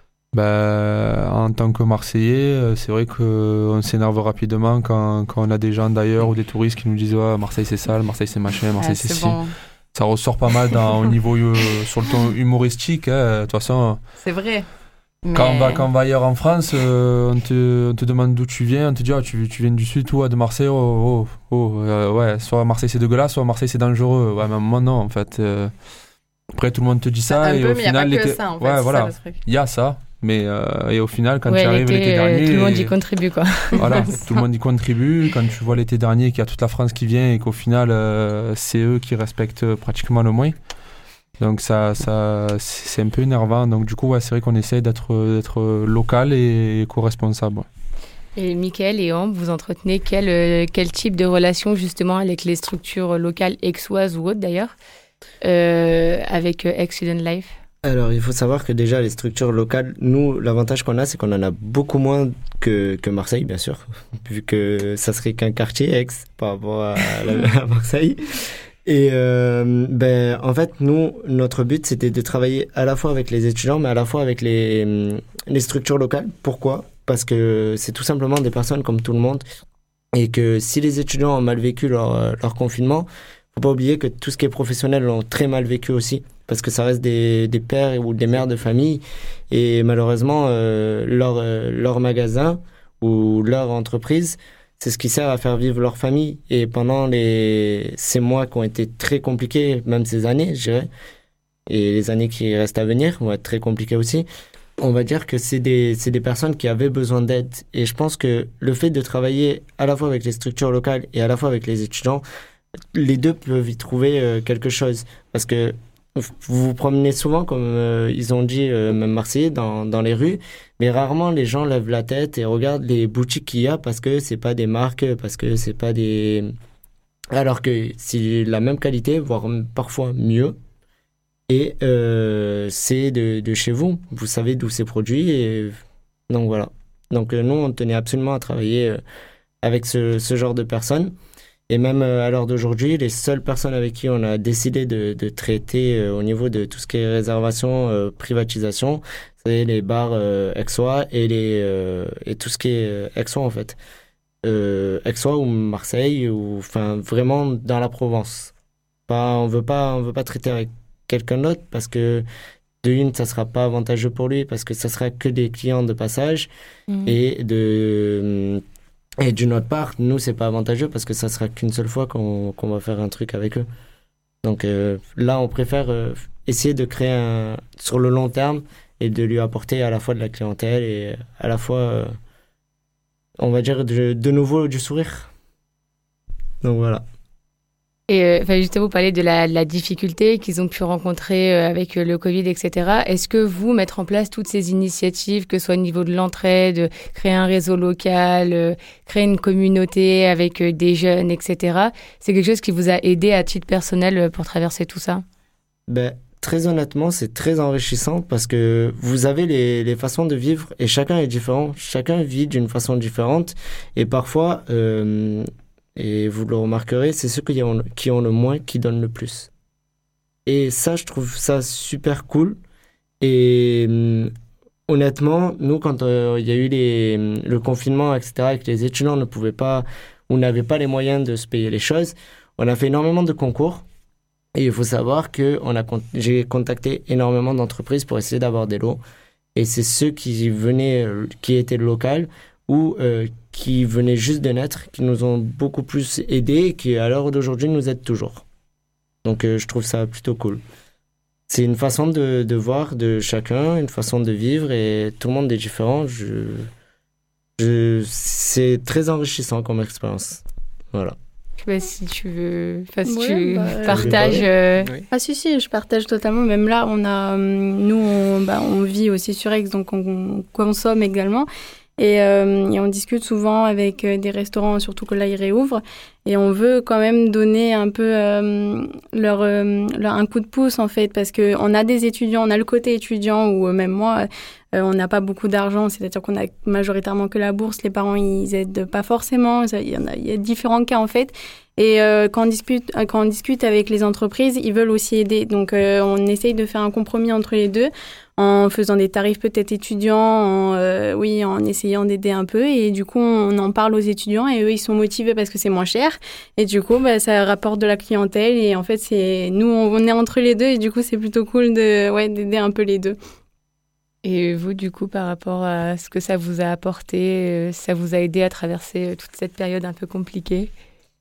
en tant que Marseillais, c'est vrai qu'on s'énerve rapidement quand on a des gens d'ailleurs ou des touristes qui nous disent Marseille c'est sale, Marseille c'est machin, Marseille c'est ci. Bon. Ça ressort pas mal au niveau sur le ton humoristique. De toute façon, c'est vrai. Quand on va ailleurs en France, on te demande d'où tu viens, on te dit tu viens du sud, de Marseille, ouais, soit Marseille c'est dégueulasse, soit Marseille c'est dangereux. Ouais, mais moi non en fait. Après tout le monde te dit ça et au final, il y a ça. Mais et au final, quand tu arrives l'été dernier, tout le monde y contribue, quoi. Voilà, tout le monde y contribue. Quand tu vois l'été dernier qu'il y a toute la France qui vient et qu'au final, c'est eux qui respectent pratiquement le moins. Donc ça c'est un peu énervant. Donc du coup, c'est vrai qu'on essaie d'être local et éco-responsable. Ouais. Et Mickaël et Ambre, vous entretenez quel type de relation justement avec les structures locales aixoises ou autres d'ailleurs, avec Ex-Student Life? Alors, il faut savoir que déjà, les structures locales, nous, l'avantage qu'on a, c'est qu'on en a beaucoup moins que Marseille, bien sûr, vu que ça serait qu'un quartier, Aix, par rapport à Marseille. Et en fait, nous, notre but, c'était de travailler à la fois avec les étudiants, mais à la fois avec les structures locales. Pourquoi ? Parce que c'est tout simplement des personnes comme tout le monde, et que si les étudiants ont mal vécu leur confinement, faut pas oublier que tout ce qui est professionnel l'ont très mal vécu aussi. Parce que ça reste des pères ou des mères de famille, et malheureusement leur magasin ou leur entreprise, c'est ce qui sert à faire vivre leur famille. Et pendant ces mois qui ont été très compliqués, même ces années, je dirais, et les années qui restent à venir vont être très compliquées aussi, on va dire que c'est des personnes qui avaient besoin d'aide. Et je pense que le fait de travailler à la fois avec les structures locales et à la fois avec les étudiants, les deux peuvent y trouver quelque chose. Parce que vous vous promenez souvent, comme ils ont dit, même Marseillais, dans les rues, mais rarement les gens lèvent la tête et regardent les boutiques qu'il y a parce que c'est pas des marques, parce que c'est pas des... Alors que c'est la même qualité, voire parfois mieux, et c'est de chez vous. Vous savez d'où c'est produit, et donc voilà. Donc nous, on tenait absolument à travailler avec ce genre de personnes. Et même à l'heure d'aujourd'hui, les seules personnes avec qui on a décidé de traiter au niveau de tout ce qui est réservation, privatisation, c'est les bars aixois et tout ce qui est aixois en fait. Aixois ou Marseille, ou enfin vraiment dans la Provence. On veut pas traiter avec quelqu'un d'autre parce que de une, ça sera pas avantageux pour lui parce que ça sera que des clients de passage et d'une autre part, nous, c'est pas avantageux parce que ça sera qu'une seule fois qu'on va faire un truc avec eux. Donc là, on préfère essayer de créer sur le long terme et de lui apporter à la fois de la clientèle et à la fois, on va dire, de nouveau du sourire. Donc voilà. Et justement, vous parlez de la difficulté qu'ils ont pu rencontrer avec le Covid, etc. Est-ce que vous, mettre en place toutes ces initiatives, que ce soit au niveau de l'entraide, créer un réseau local, créer une communauté avec des jeunes, etc., c'est quelque chose qui vous a aidé à titre personnel pour traverser tout ça? Très honnêtement, c'est très enrichissant parce que vous avez les façons de vivre et chacun est différent. Chacun vit d'une façon différente et parfois... et vous le remarquerez, c'est ceux qui ont le moins qui donnent le plus. Et ça, je trouve ça super cool. Et honnêtement, nous, quand il y a eu le confinement, etc., et que les étudiants ne pouvaient pas ou n'avaient pas les moyens de se payer les choses, on a fait énormément de concours. Et il faut savoir que j'ai contacté énormément d'entreprises pour essayer d'avoir des lots. Et c'est ceux qui étaient locaux ou qui venaient juste de naître, qui nous ont beaucoup plus aidés et qui, à l'heure d'aujourd'hui, nous aident toujours. Donc, je trouve ça plutôt cool. C'est une façon de voir de chacun, une façon de vivre, et tout le monde est différent. C'est très enrichissant comme expérience. Voilà. Si tu veux, tu partages... Oui. Ah si, je partage totalement. Même là, on vit aussi sur Aix, donc on consomme également. Et on discute souvent avec des restaurants, surtout que là, ils réouvrent. Et on veut quand même donner un peu leur un coup de pouce, en fait, parce qu'on a des étudiants, on a le côté étudiant, ou même moi, on n'a pas beaucoup d'argent, c'est-à-dire qu'on a majoritairement que la bourse. Les parents, ils aident pas forcément. Il y a différents cas, en fait. Et quand on discute avec les entreprises, ils veulent aussi aider. Donc, on essaye de faire un compromis entre les deux, en faisant des tarifs peut-être étudiants, en essayant d'aider un peu. Et du coup, on en parle aux étudiants et eux, ils sont motivés parce que c'est moins cher. Et du coup, ça rapporte de la clientèle. Et en fait, nous, on est entre les deux et du coup, c'est plutôt cool d'aider un peu les deux. Et vous, du coup, par rapport à ce que ça vous a apporté, ça vous a aidé à traverser toute cette période un peu compliquée?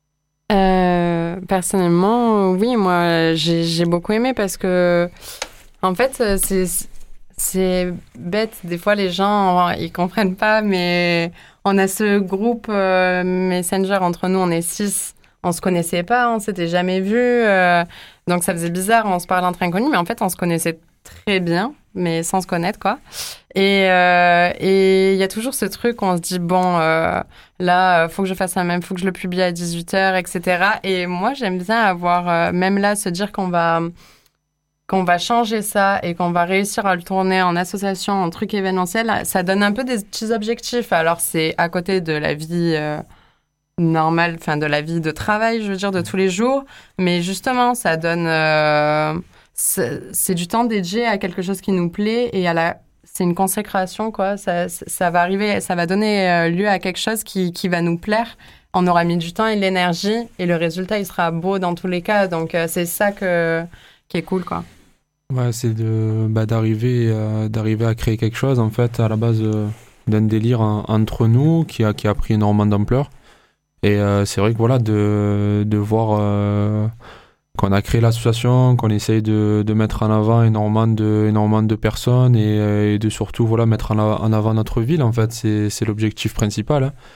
Personnellement, oui, moi, j'ai beaucoup aimé parce que, en fait, c'est bête. Des fois, les gens, ils comprennent pas, mais on a ce groupe Messenger entre nous, on est 6. On se connaissait pas, on s'était jamais vus. Donc, ça faisait bizarre, on se parle entre inconnus, mais en fait, on se connaissait très bien, mais sans se connaître, quoi. Et il y a toujours ce truc où on se dit, bon, là, faut que je fasse un même, faut que je le publie à 18h, etc. Et moi, j'aime bien avoir, même là, se dire qu'on va changer ça et qu'on va réussir à le tourner en association, en truc événementiel. Ça donne un peu des petits objectifs. Alors, c'est à côté de la vie normale, enfin, de la vie de travail, je veux dire, de tous les jours. Mais justement, ça donne... c'est du temps dédié à quelque chose qui nous plaît et c'est une consécration, quoi. Ça va arriver, ça va donner lieu à quelque chose qui va nous plaire. On aura mis du temps et de l'énergie et le résultat, il sera beau dans tous les cas. Donc, c'est ça qui est cool, quoi. Ouais, c'est d'arriver à créer quelque chose, en fait, à la base d'un délire entre nous qui a pris énormément d'ampleur. Et c'est vrai que voilà, de voir... qu'on a créé l'association, qu'on essaye de mettre en avant énormément de personnes et de surtout mettre en avant notre ville, en fait, c'est l'objectif principal. Hein.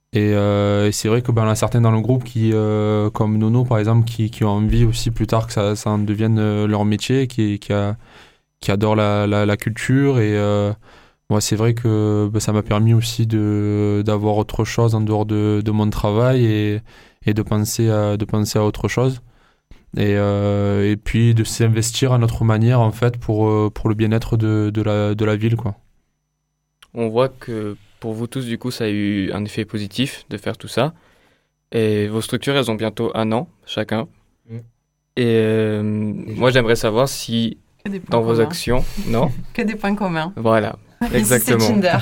Et c'est vrai que on a certains dans le groupe qui, comme Nono par exemple, qui ont envie aussi plus tard que ça en devienne leur métier, qui adorent la culture. Et moi, c'est vrai que ça m'a permis aussi d'avoir autre chose en dehors de mon travail et de penser à autre chose. Et puis de s'investir à notre manière en fait pour le bien-être de la ville, quoi. On voit que pour vous tous, du coup, ça a eu un effet positif de faire tout ça. Et vos structures, elles ont bientôt 1 an, chacun. Et moi, j'aimerais savoir si, dans vos actions... Non. Que des points communs. Voilà, exactement. C'est Tinder.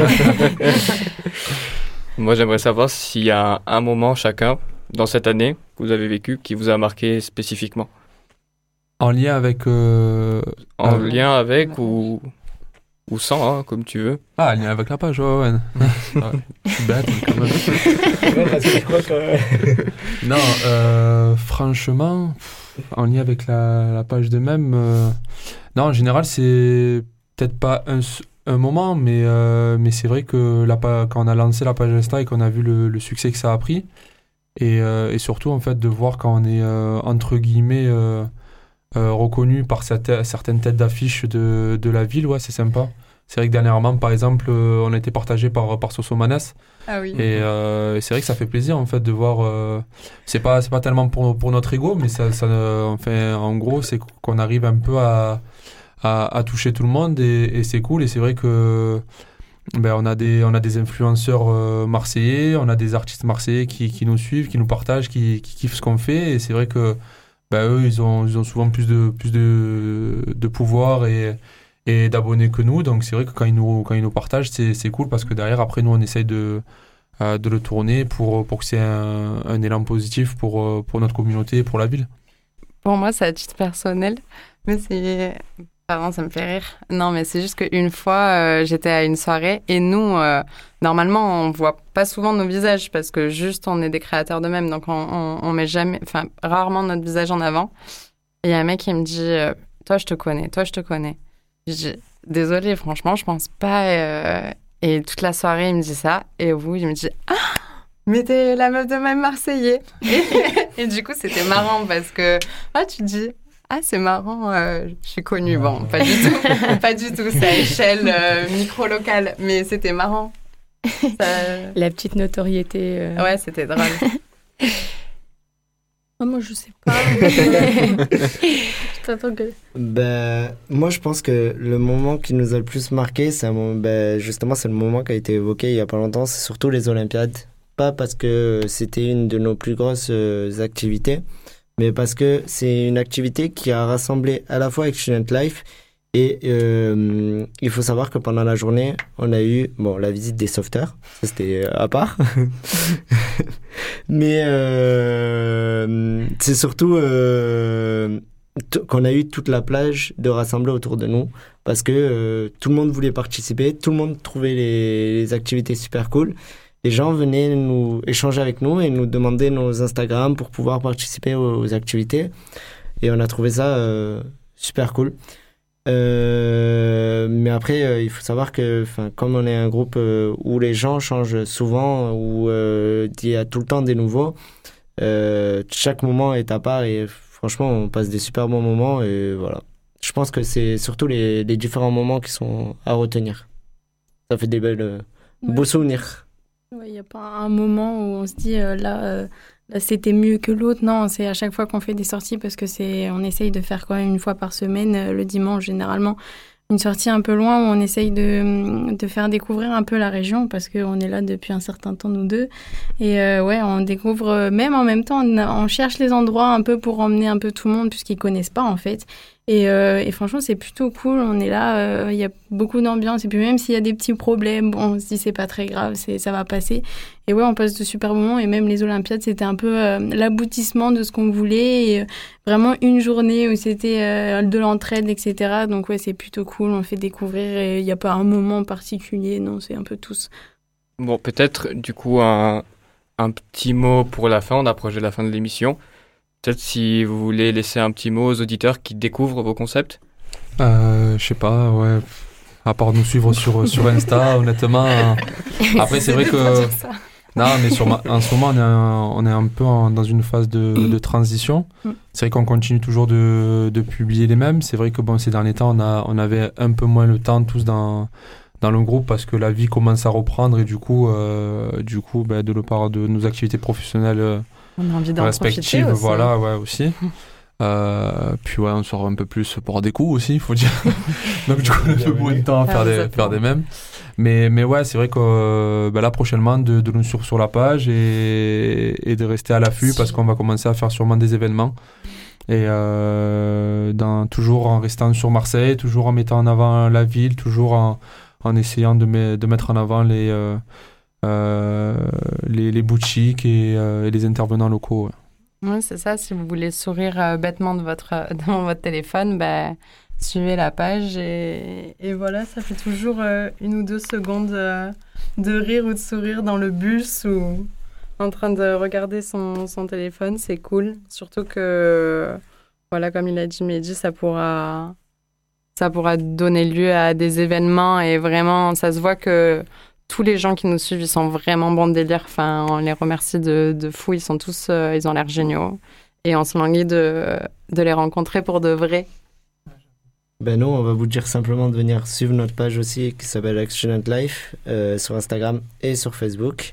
Moi, j'aimerais savoir s'il y a un moment chacun, dans cette année, que vous avez vécu, qui vous a marqué spécifiquement. En lien avec... En lien avec ou sans, hein, comme tu veux. Ah, lien avec la page, ouais. Je suis bête, mais quand même. Non, franchement, en lien avec la page de même, non, en général, c'est peut-être pas un moment, mais c'est vrai que quand on a lancé la page Insta et qu'on a vu le succès que ça a pris, et surtout, en fait, de voir quand on est, entre guillemets, reconnu par certaines têtes d'affiche de la ville, ouais, c'est sympa. C'est vrai que dernièrement, par exemple, on a été partagé par Sosomanes. Ah oui. Et c'est vrai que ça fait plaisir en fait de voir. C'est pas tellement pour notre ego, mais enfin, en gros, c'est qu'on arrive un peu à toucher tout le monde et c'est cool. Et c'est vrai que on a des influenceurs marseillais, on a des artistes marseillais qui nous suivent, qui nous partagent, qui kiffent ce qu'on fait. Et c'est vrai que eux, ils ont souvent plus de pouvoir et d'abonnés que nous, donc c'est vrai que quand ils nous partagent, c'est cool parce que derrière, après nous, on essaye de le tourner pour que c'est un élan positif pour notre communauté et pour la ville. Pour moi, c'est à titre personnel, mais c'est... Pardon, ça me fait rire. Non, mais c'est juste qu'une fois, j'étais à une soirée et nous, normalement, on voit pas souvent nos visages parce que juste, on est des créateurs de même, donc on met jamais, enfin, rarement notre visage en avant. Et il y a un mec qui me dit, toi, je te connais. Je dis, désolée, franchement, je pense pas. Et toute la soirée, il me dit ça. Et au bout, il me dit, ah, mais t'es la meuf de même Marseillais. Et du coup, c'était marrant parce que, tu te dis, ah, c'est marrant, je suis connue. Bon, pas du tout. Pas du tout, c'est à échelle micro-locale. Mais c'était marrant. Ça... La petite notoriété. Ouais, c'était drôle. Oh, moi, je sais pas. Moi, je pense que le moment qui nous a le plus marqué, justement, c'est le moment qui a été évoqué il y a pas longtemps. C'est surtout les Olympiades. Pas parce que c'était une de nos plus grosses activités, mais parce que c'est une activité qui a rassemblé à la fois avec Student Life. Et il faut savoir que pendant la journée, on a eu la visite des sauveteurs. Ça, c'était à part. Mais c'est surtout qu'on a eu toute la plage de rassembler autour de nous parce que tout le monde voulait participer, tout le monde trouvait les activités super cool. Les gens venaient nous échanger avec nous et nous demander nos Instagram pour pouvoir participer aux activités. Et on a trouvé ça super cool. Mais après, il faut savoir que comme on est un groupe où les gens changent souvent, où il y a tout le temps des nouveaux, chaque moment est à part et franchement, on passe des super bons moments. Et voilà. Je pense que c'est surtout les différents moments qui sont à retenir. Ça fait des beaux souvenirs. Il n'y a pas un moment où on se dit là c'était mieux que l'autre. Non, c'est à chaque fois qu'on fait des sorties parce que on essaye de faire quand même une fois par semaine, le dimanche généralement, une sortie un peu loin où on essaye de faire découvrir un peu la région parce qu'on est là depuis un certain temps nous deux. Et on découvre, même en même temps, on cherche les endroits un peu pour emmener un peu tout le monde puisqu'ils ne connaissent pas en fait. Et franchement, c'est plutôt cool. On est là, il y a beaucoup d'ambiance. Et puis même s'il y a des petits problèmes, on se dit c'est pas très grave, ça va passer. Et on passe de super moments. Et même les Olympiades, c'était un peu l'aboutissement de ce qu'on voulait. Et vraiment une journée où c'était de l'entraide, etc. Donc c'est plutôt cool. On fait découvrir. Et il n'y a pas un moment particulier. Non, c'est un peu tous. Bon, peut-être du coup un petit mot pour la fin. On approche de la fin de l'émission. Peut-être si vous voulez laisser un petit mot aux auditeurs qui découvrent vos concepts. Je sais pas, ouais. À part nous suivre sur Insta, honnêtement. Après, c'est vrai que... Non, mais en ce moment, on est un peu dans une phase de transition. C'est vrai qu'on continue toujours de publier les mêmes. C'est vrai que ces derniers temps, on avait un peu moins le temps tous dans le groupe parce que la vie commence à reprendre et du coup de la part de nos activités professionnelles on a envie d'en respectives, profiter aussi. voilà, ouais, aussi. Puis on sort un peu plus pour des coups aussi, il faut dire. Donc du coup, on a peu moins de temps à faire des mêmes. Mais ouais, c'est vrai que là prochainement de nous suivre sur la page et de rester à l'affût parce qu'on va commencer à faire sûrement des événements. Et toujours en restant sur Marseille, toujours en mettant en avant la ville, toujours en essayant de mettre en avant les boutiques et les intervenants locaux. Ouais. Oui, c'est ça. Si vous voulez sourire bêtement devant votre téléphone, suivez la page et voilà, ça fait toujours 1 ou 2 secondes de rire ou de sourire dans le bus ou en train de regarder son téléphone. C'est cool. Surtout que, voilà, comme il a dit Mehdi, ça pourra donner lieu à des événements et vraiment, ça se voit que tous les gens qui nous suivent, ils sont vraiment bons de délire. Enfin, on les remercie de fou. Ils sont tous, ils ont l'air géniaux. Et on se languit de les rencontrer pour de vrai. Nous, on va vous dire simplement de venir suivre notre page aussi qui s'appelle Ex-Student Life sur Instagram et sur Facebook.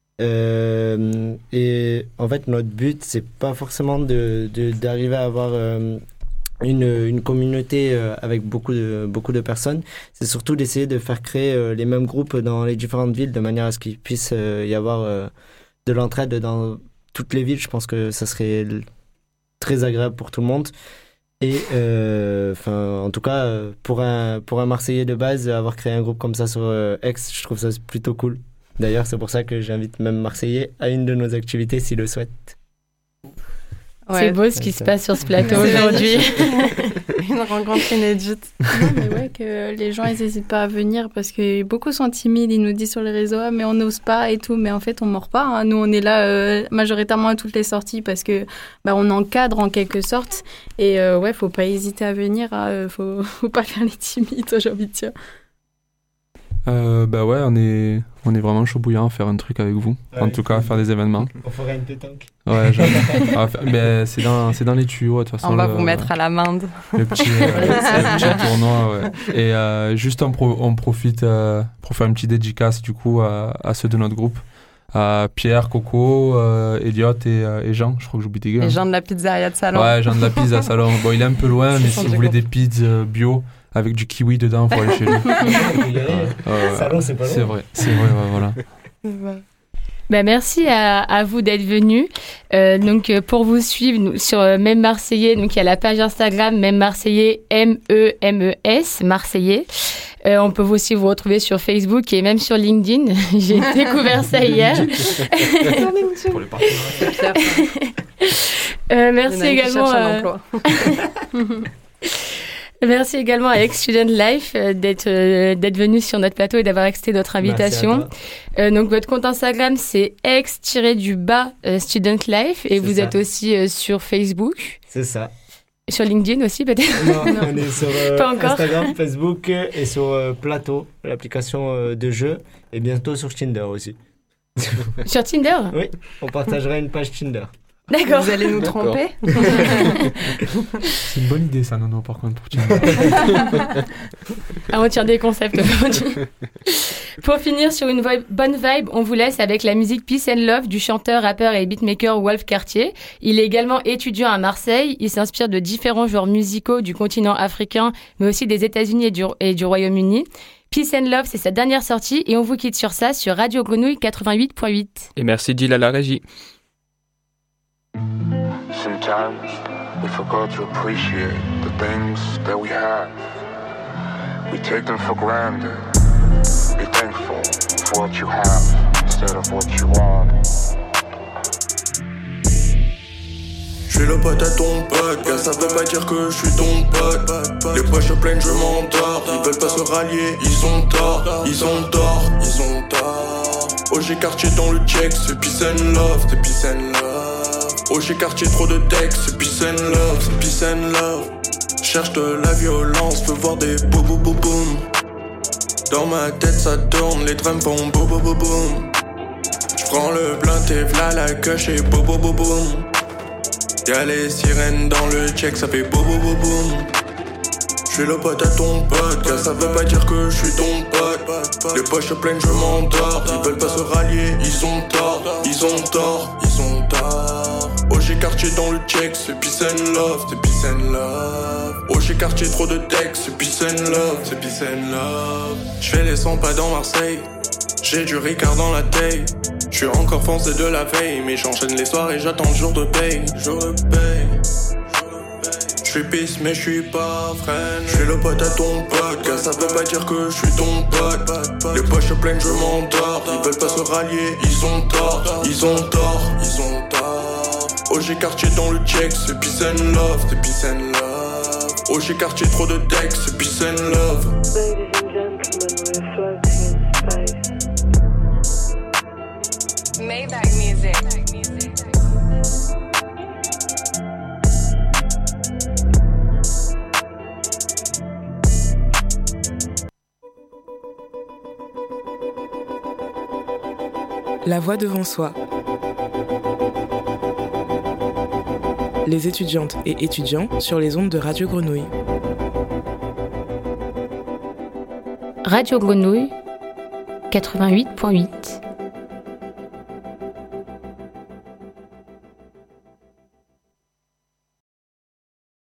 Et en fait, notre but, c'est pas forcément d'arriver à avoir une communauté avec beaucoup de personnes. C'est surtout d'essayer de faire créer les mêmes groupes dans les différentes villes de manière à ce qu'il puisse y avoir de l'entraide dans toutes les villes. Je pense que ça serait très agréable pour tout le monde. Et en tout cas, pour un Marseillais de base, avoir créé un groupe comme ça sur Aix, je trouve ça plutôt cool. D'ailleurs, c'est pour ça que j'invite même Marseillais à une de nos activités s'il le souhaite. Ouais, c'est beau ce qui se passe sur ce plateau aujourd'hui. Une rencontre inédite. Non, mais ouais, que les gens, ils n'hésitent pas à venir parce que beaucoup sont timides. Ils nous disent sur les réseaux, mais on n'ose pas et tout. Mais en fait, on ne mord pas. Hein. Nous, on est là majoritairement à toutes les sorties parce que on encadre en quelque sorte. Et ouais, faut pas hésiter à venir. Faut pas faire les timides, j'ai envie de dire. Ouais, on est vraiment chaud bouillant à faire un truc avec vous. Ouais, en tout cas, à faire des événements. On ferait une pétanque. Ouais, mais c'est dans les tuyaux, de toute façon. On va vous mettre à l'amende. Le petit tournoi, ouais. Et juste on profite pour faire une petite dédicace, du coup, à ceux de notre groupe. À Pierre, Coco, Elliot et Jean. Je crois que j'oublie des gars. Et Jean de la pizzeria de Salon. Ouais, Jean de la pizza Salon. Bon, il est un peu loin, mais si vous voulez des pizzas bio avec du kiwi dedans, il faut aller chez lui. Salon, c'est pas loin. C'est vrai, ouais, voilà. Merci à vous d'être venus. Donc, pour vous suivre sur Même Marseillais, donc il y a la page Instagram Même Marseillais, MEMES, Marseillais. On peut aussi vous retrouver sur Facebook et même sur LinkedIn. J'ai découvert ça hier. Pour les partenaires. Merci également. Merci également à Ex-Student Life d'être venu sur notre plateau et d'avoir accepté notre invitation. Donc votre compte Instagram c'est ex-student life et vous êtes aussi sur Facebook. C'est ça. Sur LinkedIn aussi peut-être? Non, on est sur Pas encore. Instagram, Facebook et sur Plateau, l'application de jeu, et bientôt sur Tinder aussi. Sur Tinder? Oui, on partagera une page Tinder. D'accord. Vous allez nous tromper? C'est une bonne idée ça, Nono, par contre, pour Tinder. On tient des concepts aujourd'hui. Pour finir sur une bonne vibe, on vous laisse avec la musique Peace and Love du chanteur, rappeur et beatmaker Wolf Cartier. Il est également étudiant à Marseille. Il s'inspire de différents genres musicaux du continent africain, mais aussi des États-Unis et du Royaume-Uni. Peace and Love, c'est sa dernière sortie et on vous quitte sur ça sur Radio Grenouille 88.8. Et merci Gilles à la régie. Sometimes we forgot to appreciate the things that we have. We take them for granted. Be thankful for what you have instead of what you want. Je suis le pote à ton pote, car ça veut pas dire que je suis ton pote. Les poches pleines, je m'endors. Ils veulent pas se rallier, ils ont tort, ils ont tort, ils ont tort. Oh, j'ai quartier dans le check, c'est peace and love, c'est peace and love. Oh, j'ai quartier trop de textes, c'est peace and love, c'est peace and love. Cherche de la violence, veux voir des boum boum boum boum. Dans ma tête ça tourne, les drums font boum boum boum boum. Prends le blunt et v'là la coche et boum boum boum boum. Y'a les sirènes dans le check, ça fait boum boum boum boum. J'suis le pote à ton pote, car ça veut pas dire que j'suis ton pote. Les poches pleines, je m'endors. Ils veulent pas se rallier, ils ont tort, ils ont tort, ils ont tort. Oh j'ai quartier dans le check, c'est peace and love, c'est peace and love. Oh j'ai quartier trop de texte, c'est peace and love, c'est peace and love. J'fais les 100 pas dans Marseille, j'ai du Ricard dans la taille. J'suis encore foncé de la veille, mais j'enchaîne les soirs et j'attends le jour de paye. Jour de paye. J'suis pisse mais j'suis pas friend. J'suis le pote à ton pote, car ça veut pas dire que j'suis ton pote. Les poches pleines je m'endors. Ils veulent pas se rallier, ils ont tort, ils ont tort, ils ont tort. Oh j'ai quartier dans le check, c'est peace and love, c'est peace and love. Oh j'ai quartier trop de texte, c'est peace and love. Ladies and gentlemen, we're floating in space. Maybach music. La voix devant soi. Les étudiantes et étudiants sur les ondes de Radio Grenouille. Radio Grenouille 88.8.